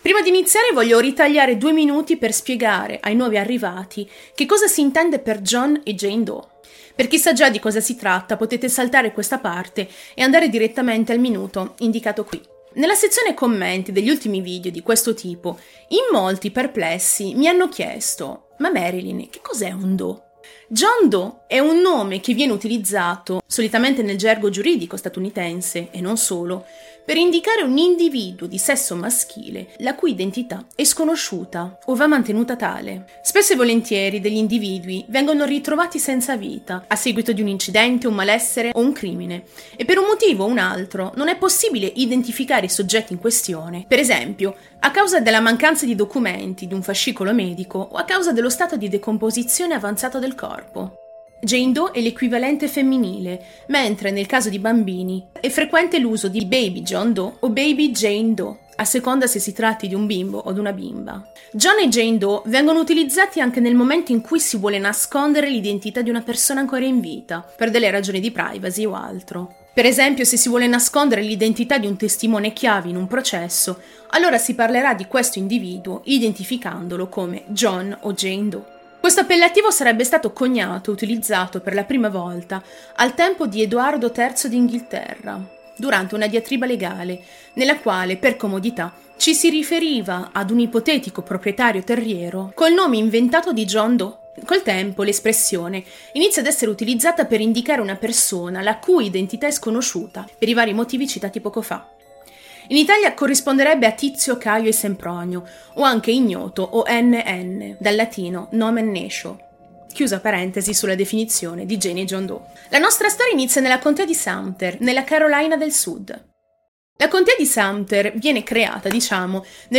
Prima di iniziare voglio ritagliare 2 minuti per spiegare ai nuovi arrivati che cosa si intende per John e Jane Doe. Per chi sa già di cosa si tratta, potete saltare questa parte e andare direttamente al minuto indicato qui. Nella sezione commenti degli ultimi video di questo tipo, in molti perplessi mi hanno chiesto: ma Marilyn, che cos'è un Doe? John Doe è un nome che viene utilizzato, solitamente nel gergo giuridico statunitense e non solo, per indicare un individuo di sesso maschile la cui identità è sconosciuta o va mantenuta tale. Spesso e volentieri degli individui vengono ritrovati senza vita a seguito di un incidente, un malessere o un crimine e per un motivo o un altro non è possibile identificare i soggetti in questione, per esempio a causa della mancanza di documenti, di un fascicolo medico o a causa dello stato di decomposizione avanzato del corpo. Jane Doe è l'equivalente femminile, mentre nel caso di bambini è frequente l'uso di Baby John Doe o Baby Jane Doe, a seconda se si tratti di un bimbo o di una bimba. John e Jane Doe vengono utilizzati anche nel momento in cui si vuole nascondere l'identità di una persona ancora in vita, per delle ragioni di privacy o altro. Per esempio, se si vuole nascondere l'identità di un testimone chiave in un processo, allora si parlerà di questo individuo identificandolo come John o Jane Doe. Questo appellativo sarebbe stato coniato e utilizzato per la prima volta al tempo di Edoardo III d'Inghilterra, durante una diatriba legale, nella quale, per comodità, ci si riferiva ad un ipotetico proprietario terriero col nome inventato di John Doe. Col tempo l'espressione inizia ad essere utilizzata per indicare una persona la cui identità è sconosciuta, per i vari motivi citati poco fa. In Italia corrisponderebbe a Tizio, Caio e Sempronio, o anche ignoto o NN, dal latino nomen nescio. Chiusa parentesi sulla definizione di Jane e John Doe. La nostra storia inizia nella contea di Sumter, nella Carolina del Sud. La contea di Sumter viene creata, nel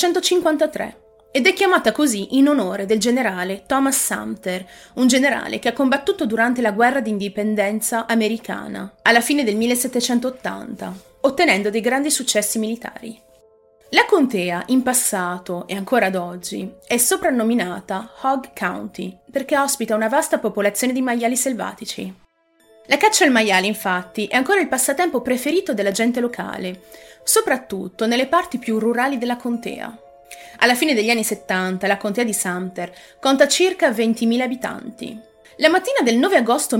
1853 ed è chiamata così in onore del generale Thomas Sumter, un generale che ha combattuto durante la guerra d'indipendenza americana, alla fine del 1780, ottenendo dei grandi successi militari. La contea, in passato e ancora ad oggi, è soprannominata Hog County perché ospita una vasta popolazione di maiali selvatici. La caccia al maiale, infatti, è ancora il passatempo preferito della gente locale, soprattutto nelle parti più rurali della contea. Alla fine degli anni 70 la contea di Sumter conta circa 20.000 abitanti. La mattina del 9 agosto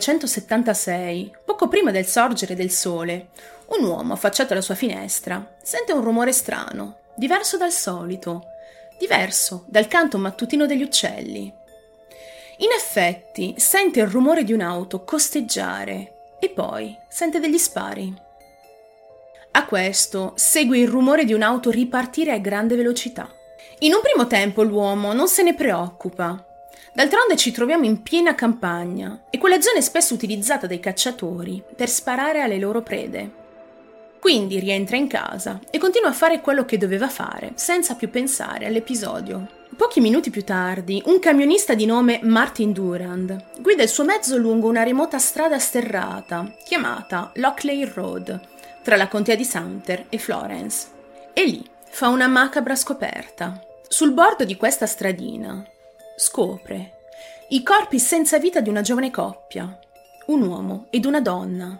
1976, poco prima del sorgere del sole, un uomo affacciato alla sua finestra sente un rumore strano, diverso dal solito, diverso dal canto mattutino degli uccelli. In effetti sente il rumore di un'auto costeggiare e poi sente degli spari. A questo segue il rumore di un'auto ripartire a grande velocità. In un primo tempo l'uomo non se ne preoccupa. D'altronde ci troviamo in piena campagna e quella zona è spesso utilizzata dai cacciatori per sparare alle loro prede. Quindi rientra in casa e continua a fare quello che doveva fare, senza più pensare all'episodio. Pochi minuti più tardi, un camionista di nome Martin Durand guida il suo mezzo lungo una remota strada sterrata, chiamata Lockley Road, tra la contea di Sumter e Florence. E lì fa una macabra scoperta. Sul bordo di questa stradina scopre i corpi senza vita di una giovane coppia, un uomo ed una donna.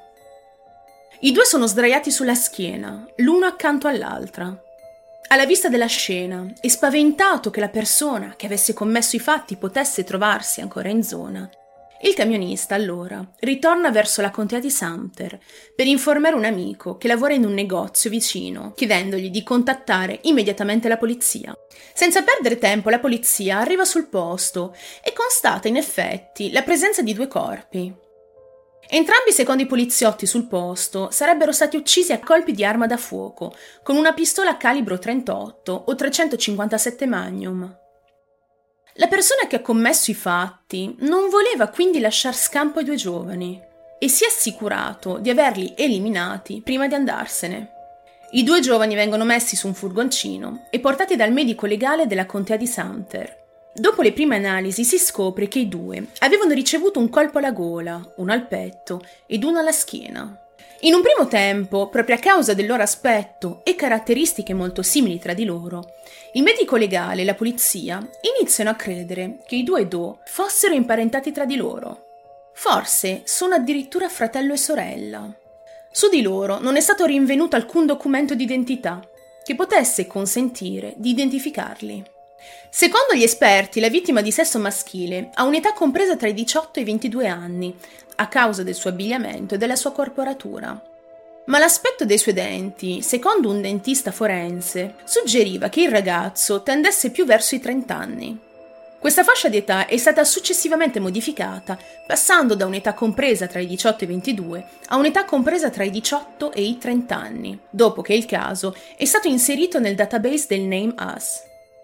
I due sono sdraiati sulla schiena, l'uno accanto all'altra. Alla vista della scena e spaventato che la persona che avesse commesso i fatti potesse trovarsi ancora in zona, il camionista allora ritorna verso la contea di Sumter per informare un amico che lavora in un negozio vicino, chiedendogli di contattare immediatamente la polizia. Senza perdere tempo, la polizia arriva sul posto e constata in effetti la presenza di 2 corpi. Entrambi, secondo i poliziotti sul posto, sarebbero stati uccisi a colpi di arma da fuoco, con una pistola calibro 38 o 357 Magnum. La persona che ha commesso i fatti non voleva quindi lasciar scampo ai 2 giovani e si è assicurato di averli eliminati prima di andarsene. I 2 giovani vengono messi su un furgoncino e portati dal medico legale della contea di Sumter. Dopo le prime analisi si scopre che i 2 avevano ricevuto un colpo alla gola, uno al petto ed uno alla schiena. In un primo tempo, proprio a causa del loro aspetto e caratteristiche molto simili tra di loro, il medico legale e la polizia iniziano a credere che i 2 Doe fossero imparentati tra di loro. Forse sono addirittura fratello e sorella. Su di loro non è stato rinvenuto alcun documento d'identità che potesse consentire di identificarli. Secondo gli esperti, la vittima di sesso maschile ha un'età compresa tra i 18 e i 22 anni, a causa del suo abbigliamento e della sua corporatura. Ma l'aspetto dei suoi denti, secondo un dentista forense, suggeriva che il ragazzo tendesse più verso i 30 anni. Questa fascia di età è stata successivamente modificata, passando da un'età compresa tra i 18 e i 22 a un'età compresa tra i 18 e i 30 anni, dopo che il caso è stato inserito nel database del Name Us.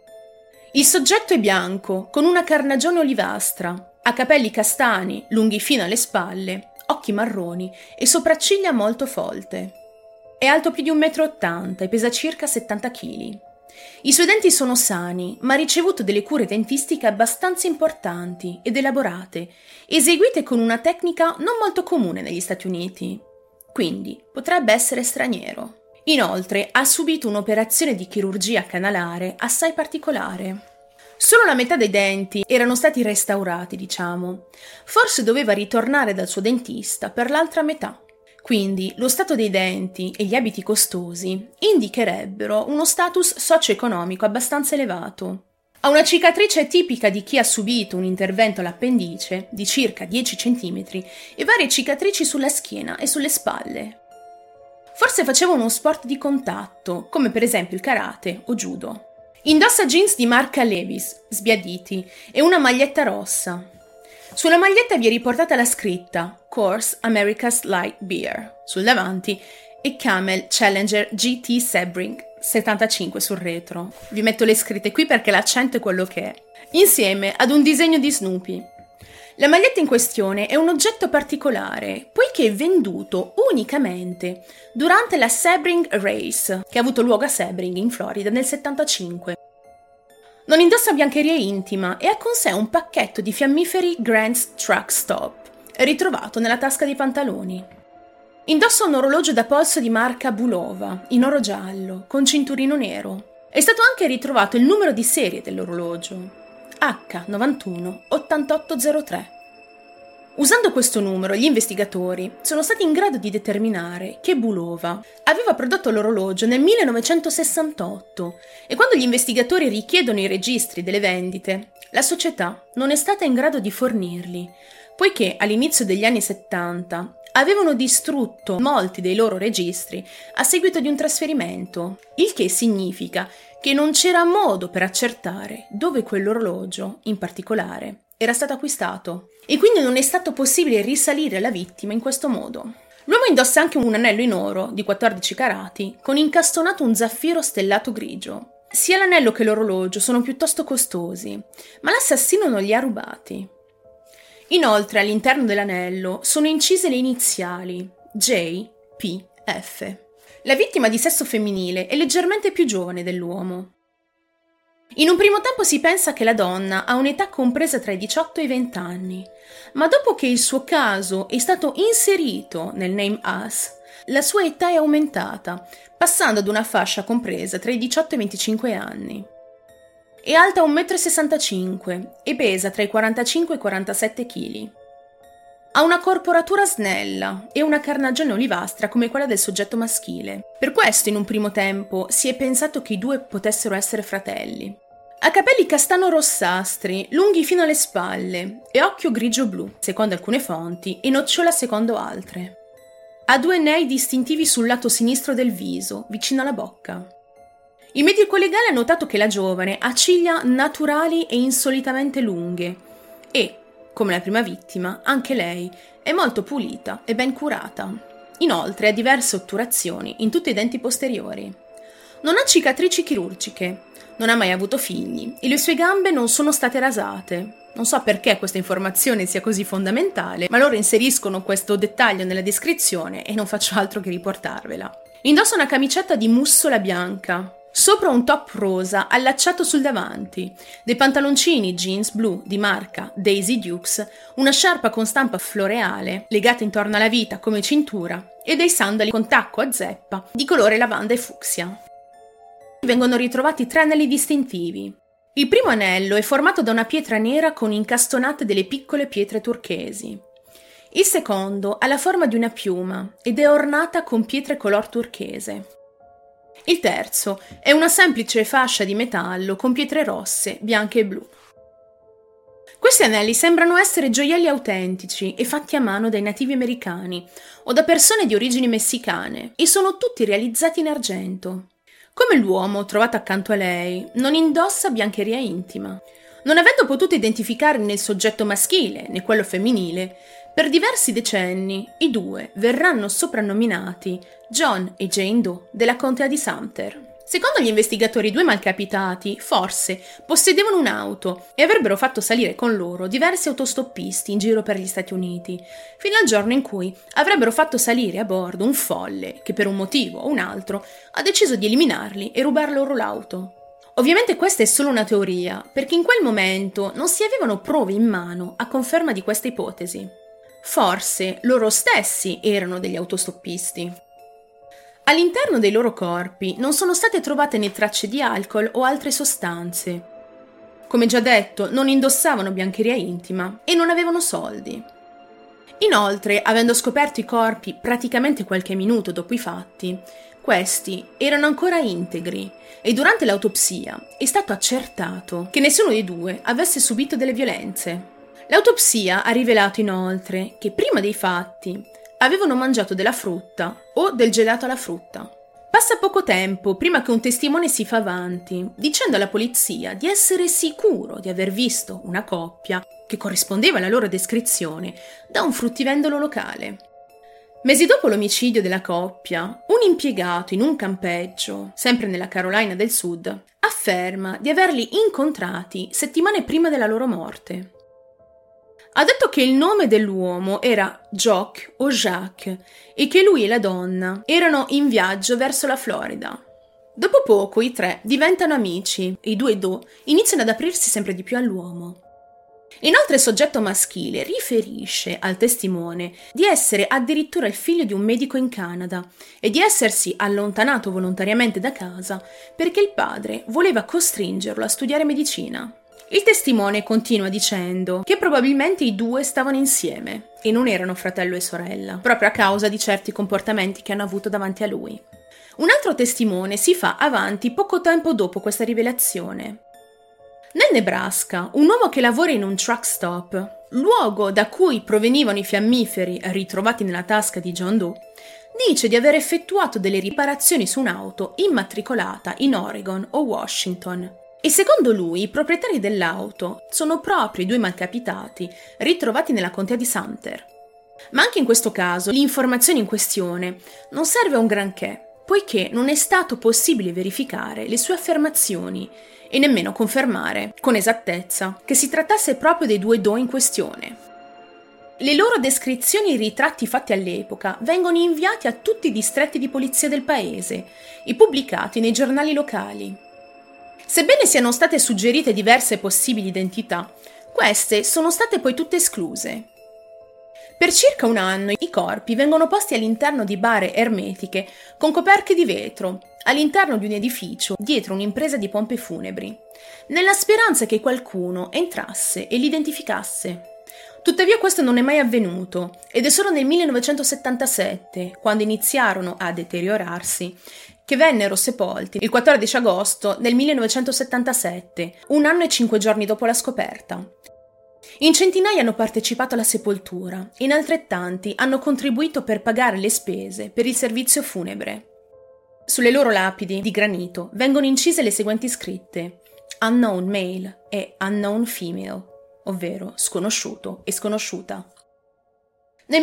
Il soggetto è bianco, con una carnagione olivastra, ha capelli castani, lunghi fino alle spalle, occhi marroni e sopracciglia molto folte. È alto più di 1,80 m e pesa circa 70 kg. I suoi denti sono sani, ma ha ricevuto delle cure dentistiche abbastanza importanti ed elaborate, eseguite con una tecnica non molto comune negli Stati Uniti. Quindi potrebbe essere straniero. Inoltre ha subito un'operazione di chirurgia canalare assai particolare. Solo la metà dei denti erano stati restaurati, diciamo. Forse doveva ritornare dal suo dentista per l'altra metà. Quindi lo stato dei denti e gli abiti costosi indicherebbero uno status socio-economico abbastanza elevato. Ha una cicatrice tipica di chi ha subito un intervento all'appendice di circa 10 cm e varie cicatrici sulla schiena e sulle spalle. Forse faceva uno sport di contatto, come per esempio il karate o judo. Indossa jeans di marca Levi's, sbiaditi, e una maglietta rossa. Sulla maglietta vi è riportata la scritta Coors America's Light Beer sul davanti e Camel Challenger GT Sebring 75 sul retro. Vi metto le scritte qui perché l'accento è quello che è. Insieme ad un disegno di Snoopy. La maglietta in questione è un oggetto particolare, poiché è venduto unicamente durante la Sebring Race, che ha avuto luogo a Sebring, in Florida, nel 75. Non indossa biancheria intima e ha con sé un pacchetto di fiammiferi Grant's Truck Stop, ritrovato nella tasca dei pantaloni. Indossa un orologio da polso di marca Bulova, in oro giallo, con cinturino nero. È stato anche ritrovato il numero di serie dell'orologio. H91 8803. Usando questo numero, gli investigatori sono stati in grado di determinare che Bulova aveva prodotto l'orologio nel 1968 e quando gli investigatori richiedono i registri delle vendite, la società non è stata in grado di fornirli, poiché all'inizio degli anni 70 avevano distrutto molti dei loro registri a seguito di un trasferimento, il che significa che non c'era modo per accertare dove quell'orologio, in particolare, era stato acquistato, e quindi non è stato possibile risalire alla vittima in questo modo. L'uomo indossa anche un anello in oro di 14 carati con incastonato un zaffiro stellato grigio. Sia l'anello che l'orologio sono piuttosto costosi, ma l'assassino non li ha rubati. Inoltre all'interno dell'anello sono incise le iniziali JPF. La vittima di sesso femminile è leggermente più giovane dell'uomo. In un primo tempo si pensa che la donna ha un'età compresa tra i 18 e i 20 anni, ma dopo che il suo caso è stato inserito nel Name Us, la sua età è aumentata, passando ad una fascia compresa tra i 18 e i 25 anni. È alta 1,65 m e pesa tra i 45 e i 47 kg. Ha una corporatura snella e una carnagione olivastra come quella del soggetto maschile. Per questo in un primo tempo si è pensato che i due potessero essere fratelli. Ha capelli castano-rossastri, lunghi fino alle spalle e occhio grigio-blu, secondo alcune fonti, e nocciola secondo altre. Ha 2 nei distintivi sul lato sinistro del viso, vicino alla bocca. Il medico legale ha notato che la giovane ha ciglia naturali e insolitamente lunghe e, come la prima vittima, anche lei è molto pulita e ben curata. Inoltre ha diverse otturazioni in tutti i denti posteriori. Non ha cicatrici chirurgiche, non ha mai avuto figli e le sue gambe non sono state rasate. Non so perché questa informazione sia così fondamentale, ma loro inseriscono questo dettaglio nella descrizione e non faccio altro che riportarvela. Indossa una camicetta di mussola bianca, sopra un top rosa allacciato sul davanti, dei pantaloncini jeans blu di marca Daisy Dukes, una sciarpa con stampa floreale legata intorno alla vita come cintura e dei sandali con tacco a zeppa di colore lavanda e fucsia. Vengono ritrovati 3 anelli distintivi. Il primo anello è formato da una pietra nera con incastonate delle piccole pietre turchesi. Il secondo ha la forma di una piuma ed è ornata con pietre color turchese. Il terzo è una semplice fascia di metallo con pietre rosse, bianche e blu. Questi anelli sembrano essere gioielli autentici e fatti a mano dai nativi americani o da persone di origini messicane e sono tutti realizzati in argento. Come l'uomo trovato accanto a lei, non indossa biancheria intima. Non avendo potuto identificare né il soggetto maschile né quello femminile, per diversi decenni i due verranno soprannominati John e Jane Doe della contea di Sumter. Secondo gli investigatori, i due malcapitati forse possedevano un'auto e avrebbero fatto salire con loro diversi autostoppisti in giro per gli Stati Uniti, fino al giorno in cui avrebbero fatto salire a bordo un folle che per un motivo o un altro ha deciso di eliminarli e rubar loro l'auto. Ovviamente questa è solo una teoria, perché in quel momento non si avevano prove in mano a conferma di questa ipotesi. Forse loro stessi erano degli autostoppisti. All'interno dei loro corpi non sono state trovate né tracce di alcol o altre sostanze. Come già detto, non indossavano biancheria intima e non avevano soldi. Inoltre, avendo scoperto i corpi praticamente qualche minuto dopo i fatti, questi erano ancora integri e durante l'autopsia è stato accertato che nessuno dei due avesse subito delle violenze. L'autopsia ha rivelato inoltre che prima dei fatti avevano mangiato della frutta o del gelato alla frutta. Passa poco tempo prima che un testimone si fa avanti, dicendo alla polizia di essere sicuro di aver visto una coppia che corrispondeva alla loro descrizione da un fruttivendolo locale. Mesi dopo l'omicidio della coppia, un impiegato in un campeggio, sempre nella Carolina del Sud, afferma di averli incontrati settimane prima della loro morte. Ha detto che il nome dell'uomo era Jock o Jacques e che lui e la donna erano in viaggio verso la Florida. Dopo poco i tre diventano amici e i due Doe iniziano ad aprirsi sempre di più all'uomo. Inoltre il soggetto maschile riferisce al testimone di essere addirittura il figlio di un medico in Canada e di essersi allontanato volontariamente da casa perché il padre voleva costringerlo a studiare medicina. Il testimone continua dicendo che probabilmente i due stavano insieme e non erano fratello e sorella, proprio a causa di certi comportamenti che hanno avuto davanti a lui. Un altro testimone si fa avanti poco tempo dopo questa rivelazione. Nel Nebraska, un uomo che lavora in un truck stop, luogo da cui provenivano i fiammiferi ritrovati nella tasca di John Doe, dice di aver effettuato delle riparazioni su un'auto immatricolata in Oregon o Washington. E secondo lui i proprietari dell'auto sono proprio i due malcapitati ritrovati nella contea di Sumter. Ma anche in questo caso l'informazione in questione non serve a un granché, poiché non è stato possibile verificare le sue affermazioni e nemmeno confermare con esattezza che si trattasse proprio dei due Doe in questione. Le loro descrizioni e i ritratti fatti all'epoca vengono inviati a tutti i distretti di polizia del paese e pubblicati nei giornali locali. Sebbene siano state suggerite diverse possibili identità, queste sono state poi tutte escluse. Per circa un anno i corpi vengono posti all'interno di bare ermetiche con coperche di vetro, all'interno di un edificio dietro un'impresa di pompe funebri, nella speranza che qualcuno entrasse e li identificasse. Tuttavia questo non è mai avvenuto ed è solo nel 1977, quando iniziarono a deteriorarsi, che vennero sepolti il 14 agosto del 1977, un anno e 5 giorni dopo la scoperta. In centinaia hanno partecipato alla sepoltura, in altrettanti hanno contribuito per pagare le spese per il servizio funebre. Sulle loro lapidi di granito vengono incise le seguenti scritte: Unknown Male e Unknown Female, ovvero sconosciuto e sconosciuta. Nel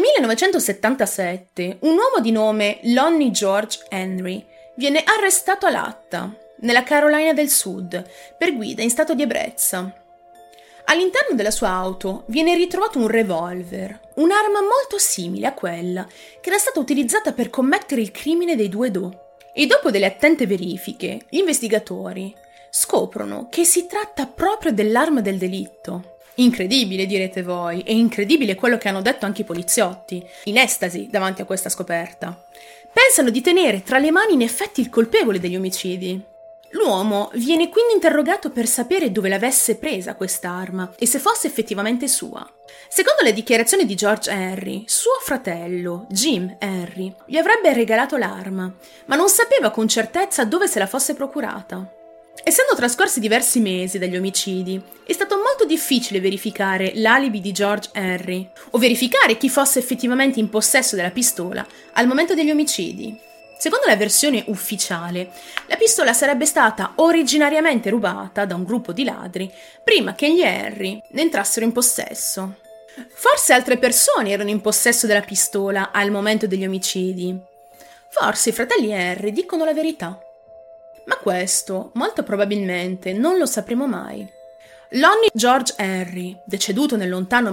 1977 un uomo di nome Lonnie George Henry viene arrestato a Latta, nella Carolina del Sud, per guida in stato di ebbrezza. All'interno della sua auto viene ritrovato un revolver, un'arma molto simile a quella che era stata utilizzata per commettere il crimine dei due Doe. E dopo delle attente verifiche, gli investigatori scoprono che si tratta proprio dell'arma del delitto. Incredibile, direte voi, e incredibile quello che hanno detto anche i poliziotti, in estasi davanti a questa scoperta. Pensano di tenere tra le mani in effetti il colpevole degli omicidi. L'uomo viene quindi interrogato per sapere dove l'avesse presa quest'arma e se fosse effettivamente sua. Secondo le dichiarazioni di George Henry, suo fratello, Jim Henry, gli avrebbe regalato l'arma, ma non sapeva con certezza dove se la fosse procurata. Essendo trascorsi diversi mesi dagli omicidi, è stato molto difficile verificare l'alibi di George Henry o verificare chi fosse effettivamente in possesso della pistola al momento degli omicidi. Secondo la versione ufficiale, la pistola sarebbe stata originariamente rubata da un gruppo di ladri prima che gli Henry ne entrassero in possesso. Forse altre persone erano in possesso della pistola al momento degli omicidi. Forse i fratelli Henry dicono la verità. Ma questo, molto probabilmente, non lo sapremo mai. Lonnie George Henry, deceduto nel lontano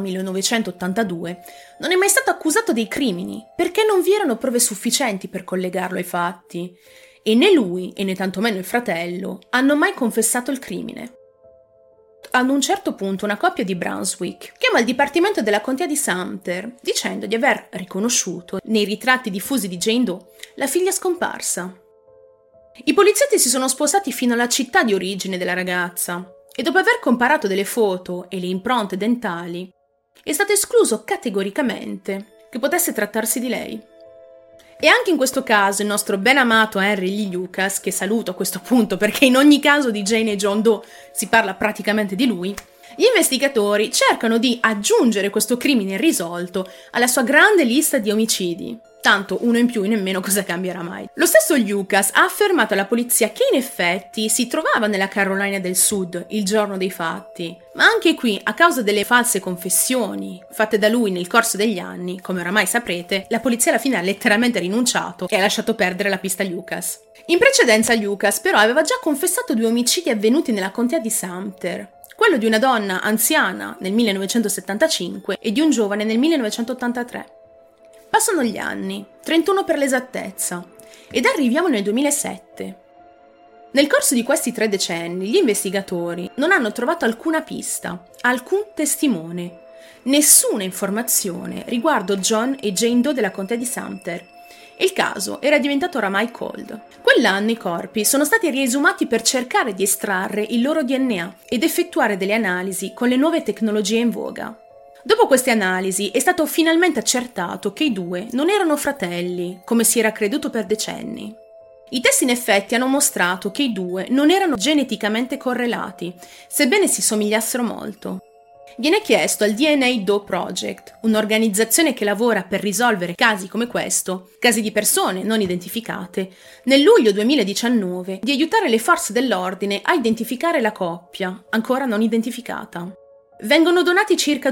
1982, non è mai stato accusato dei crimini perché non vi erano prove sufficienti per collegarlo ai fatti, e né lui e né tantomeno il fratello hanno mai confessato il crimine. Ad un certo punto una coppia di Brunswick chiama il dipartimento della contea di Sumter dicendo di aver riconosciuto nei ritratti diffusi di Jane Doe la figlia scomparsa. I poliziotti si sono spostati fino alla città di origine della ragazza e dopo aver comparato delle foto e le impronte dentali è stato escluso categoricamente che potesse trattarsi di lei. E anche in questo caso il nostro ben amato Henry Lee Lucas, che saluto a questo punto perché in ogni caso di Jane e John Doe si parla praticamente di lui, gli investigatori cercano di aggiungere questo crimine irrisolto alla sua grande lista di omicidi. Tanto uno in più in nemmeno cosa cambierà mai. Lo stesso Lucas ha affermato alla polizia che in effetti si trovava nella Carolina del Sud il giorno dei fatti, ma anche qui, a causa delle false confessioni fatte da lui nel corso degli anni, come oramai saprete, la polizia alla fine ha letteralmente rinunciato e ha lasciato perdere la pista a Lucas. In precedenza Lucas però aveva già confessato 2 omicidi avvenuti nella contea di Sumter, quello di una donna anziana nel 1975 e di un giovane nel 1983. Passano gli anni, 31 per l'esattezza, ed arriviamo nel 2007. Nel corso di questi 3 decenni, gli investigatori non hanno trovato alcuna pista, alcun testimone, nessuna informazione riguardo John e Jane Doe della contea di Sumter. Il caso era diventato oramai cold. Quell'anno i corpi sono stati riesumati per cercare di estrarre il loro DNA ed effettuare delle analisi con le nuove tecnologie in voga. Dopo queste analisi è stato finalmente accertato che i 2 non erano fratelli, come si era creduto per decenni. I test in effetti hanno mostrato che i 2 non erano geneticamente correlati, sebbene si somigliassero molto. Viene chiesto al DNA Doe Project, un'organizzazione che lavora per risolvere casi come questo, casi di persone non identificate, nel luglio 2019 di aiutare le forze dell'ordine a identificare la coppia, ancora non identificata. Vengono donati circa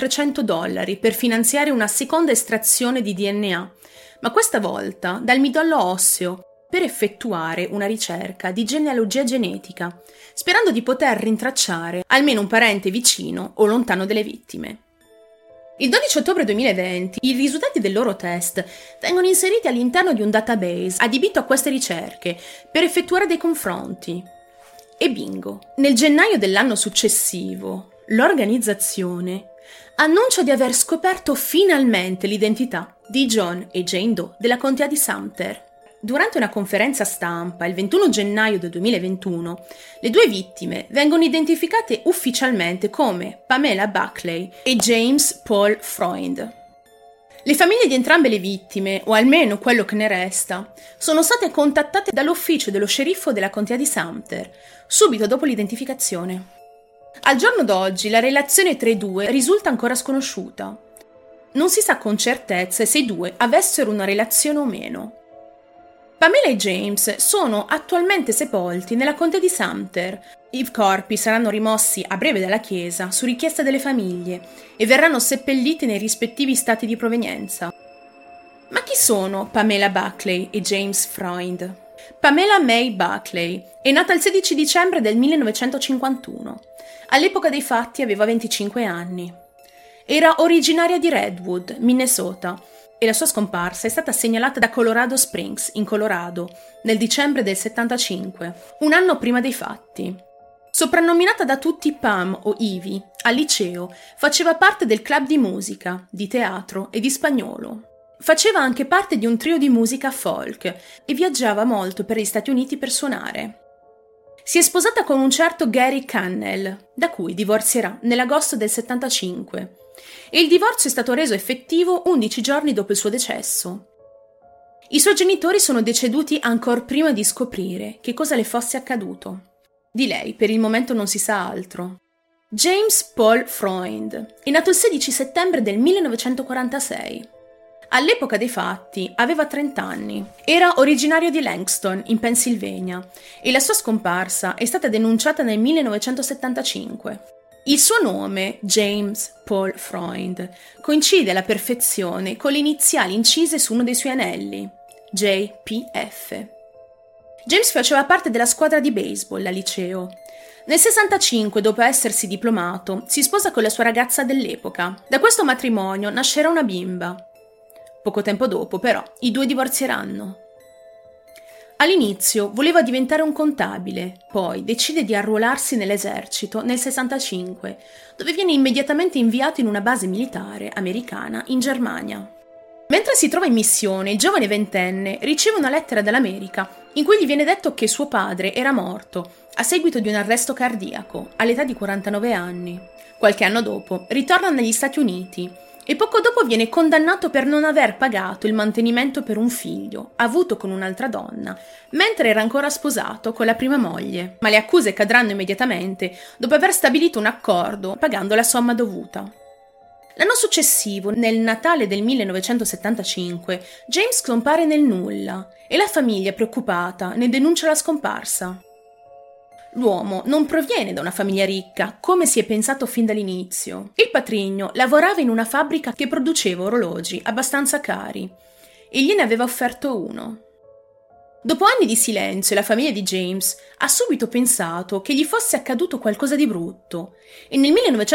$2.300 per finanziare una seconda estrazione di DNA, ma questa volta dal midollo osseo, per effettuare una ricerca di genealogia genetica, sperando di poter rintracciare almeno un parente vicino o lontano delle vittime. Il 12 ottobre 2020 i risultati del loro test vengono inseriti all'interno di un database adibito a queste ricerche per effettuare dei confronti. E bingo! Nel gennaio dell'anno successivo, l'organizzazione annuncia di aver scoperto finalmente l'identità di John e Jane Doe della contea di Sumter. Durante una conferenza stampa il 21 gennaio del 2021, le 2 vittime vengono identificate ufficialmente come Pamela Buckley e James Paul Freund. Le famiglie di entrambe le vittime, o almeno quello che ne resta, sono state contattate dall'ufficio dello sceriffo della contea di Sumter, subito dopo l'identificazione. Al giorno d'oggi la relazione tra i 2 risulta ancora sconosciuta. Non si sa con certezza se i 2 avessero una relazione o meno. Pamela e James sono attualmente sepolti nella contea di Sumter. I corpi saranno rimossi a breve dalla chiesa su richiesta delle famiglie e verranno seppelliti nei rispettivi stati di provenienza. Ma chi sono Pamela Buckley e James Freund? Pamela May Buckley è nata il 16 dicembre del 1951. All'epoca dei fatti aveva 25 anni. Era originaria di Redwood, Minnesota, e la sua scomparsa è stata segnalata da Colorado Springs, in Colorado, nel dicembre del 75, un anno prima dei fatti. Soprannominata da tutti Pam o Ivy, al liceo faceva parte del club di musica, di teatro e di spagnolo. Faceva anche parte di un trio di musica folk e viaggiava molto per gli Stati Uniti per suonare. Si è sposata con un certo Gary Cannell, da cui divorzierà nell'agosto del 75, e il divorzio è stato reso effettivo 11 giorni dopo il suo decesso. I suoi genitori sono deceduti ancor prima di scoprire che cosa le fosse accaduto. Di lei per il momento non si sa altro. James Paul Freund è nato il 16 settembre del 1946. All'epoca dei fatti aveva 30 anni. Era originario di Langston, in Pennsylvania, e la sua scomparsa è stata denunciata nel 1975. Il suo nome, James Paul Freund, coincide alla perfezione con le iniziali incise su uno dei suoi anelli, JPF. James faceva parte della squadra di baseball al liceo. Nel 65, dopo essersi diplomato, si sposa con la sua ragazza dell'epoca. Da questo matrimonio nascerà una bimba. Poco tempo dopo, però, i due divorzieranno. All'inizio voleva diventare un contabile, poi decide di arruolarsi nell'esercito nel 65, dove viene immediatamente inviato in una base militare americana in Germania. Mentre si trova in missione, il giovane ventenne riceve una lettera dall'America in cui gli viene detto che suo padre era morto a seguito di un arresto cardiaco all'età di 49 anni. Qualche anno dopo ritorna negli Stati Uniti e poco dopo viene condannato per non aver pagato il mantenimento per un figlio avuto con un'altra donna, mentre era ancora sposato con la prima moglie. Ma le accuse cadranno immediatamente dopo aver stabilito un accordo pagando la somma dovuta. L'anno successivo, nel Natale del 1975, James scompare nel nulla e la famiglia, preoccupata, ne denuncia la scomparsa. L'uomo non proviene da una famiglia ricca, come si è pensato fin dall'inizio. Il patrigno lavorava in una fabbrica che produceva orologi abbastanza cari e gliene aveva offerto uno. Dopo anni di silenzio, la famiglia di James ha subito pensato che gli fosse accaduto qualcosa di brutto e nel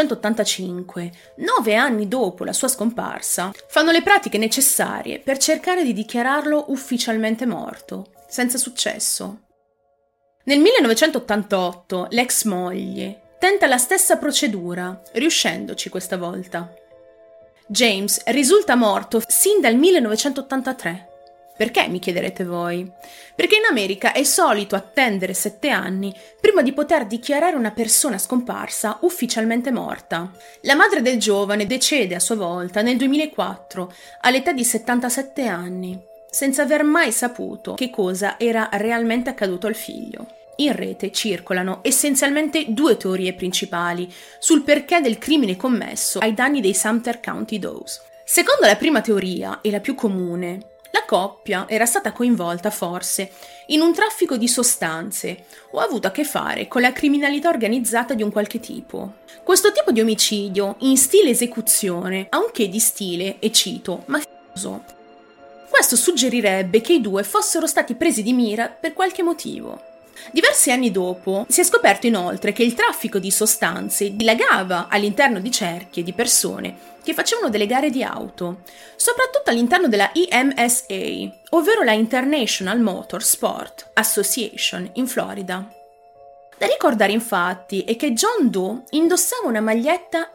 1985, 9 anni dopo la sua scomparsa, fanno le pratiche necessarie per cercare di dichiararlo ufficialmente morto, senza successo. Nel 1988 l'ex moglie tenta la stessa procedura, riuscendoci questa volta. James risulta morto sin dal 1983. Perché, mi chiederete voi? Perché in America è solito attendere 7 anni prima di poter dichiarare una persona scomparsa ufficialmente morta. La madre del giovane decede a sua volta nel 2004 all'età di 77 anni, senza aver mai saputo che cosa era realmente accaduto al figlio. In rete circolano essenzialmente 2 teorie principali sul perché del crimine commesso ai danni dei Sumter County Does. Secondo la prima teoria, e la più comune, la coppia era stata coinvolta forse in un traffico di sostanze o ha avuto a che fare con la criminalità organizzata di un qualche tipo. Questo tipo di omicidio, in stile esecuzione, ha un che di stile, e cito, mafioso. Questo suggerirebbe che i due fossero stati presi di mira per qualche motivo. Diversi anni dopo si è scoperto inoltre che il traffico di sostanze dilagava all'interno di cerchie di persone che facevano delle gare di auto, soprattutto all'interno della IMSA, ovvero la International Motor Sport Association in Florida. Da ricordare infatti è che John Doe indossava una maglietta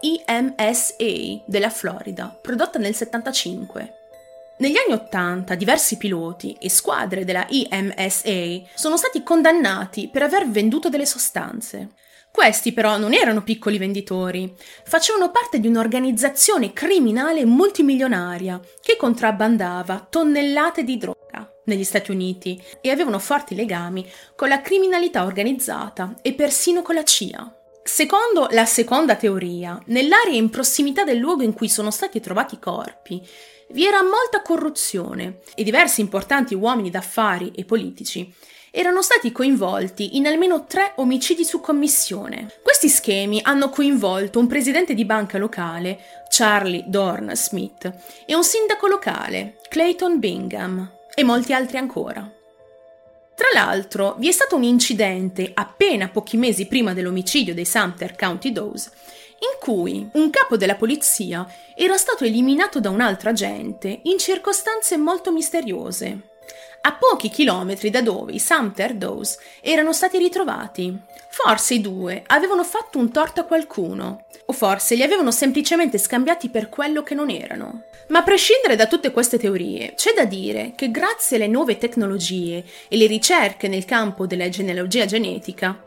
IMSA della Florida, prodotta nel 75. Negli anni 80 diversi piloti e squadre della IMSA sono stati condannati per aver venduto delle sostanze. Questi però non erano piccoli venditori, facevano parte di un'organizzazione criminale multimilionaria che contrabbandava tonnellate di droga negli Stati Uniti e avevano forti legami con la criminalità organizzata e persino con la CIA. Secondo la seconda teoria, nell'area in prossimità del luogo in cui sono stati trovati i corpi, vi era molta corruzione e diversi importanti uomini d'affari e politici erano stati coinvolti in almeno 3 omicidi su commissione. Questi schemi hanno coinvolto un presidente di banca locale, Charlie Dorn Smith, e un sindaco locale, Clayton Bingham, e molti altri ancora. Tra l'altro, vi è stato un incidente appena pochi mesi prima dell'omicidio dei Sumter County Does, in cui un capo della polizia era stato eliminato da un altro agente in circostanze molto misteriose, a pochi chilometri da dove i Sumter Does erano stati ritrovati. Forse i due avevano fatto un torto a qualcuno, o forse li avevano semplicemente scambiati per quello che non erano. Ma a prescindere da tutte queste teorie, c'è da dire che grazie alle nuove tecnologie e le ricerche nel campo della genealogia genetica,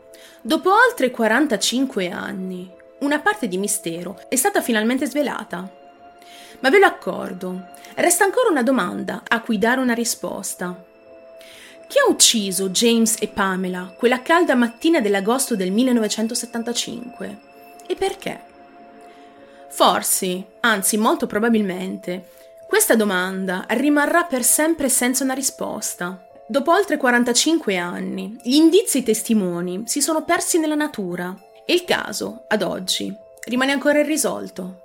Dopo oltre 45 anni, una parte di mistero è stata finalmente svelata. Ma ve lo accordo, resta ancora una domanda a cui dare una risposta. Chi ha ucciso James e Pamela quella calda mattina dell'agosto del 1975? E perché? Forse, anzi molto probabilmente, questa domanda rimarrà per sempre senza una risposta. Dopo oltre 45 anni, gli indizi e i testimoni si sono persi nella natura e il caso, ad oggi, rimane ancora irrisolto.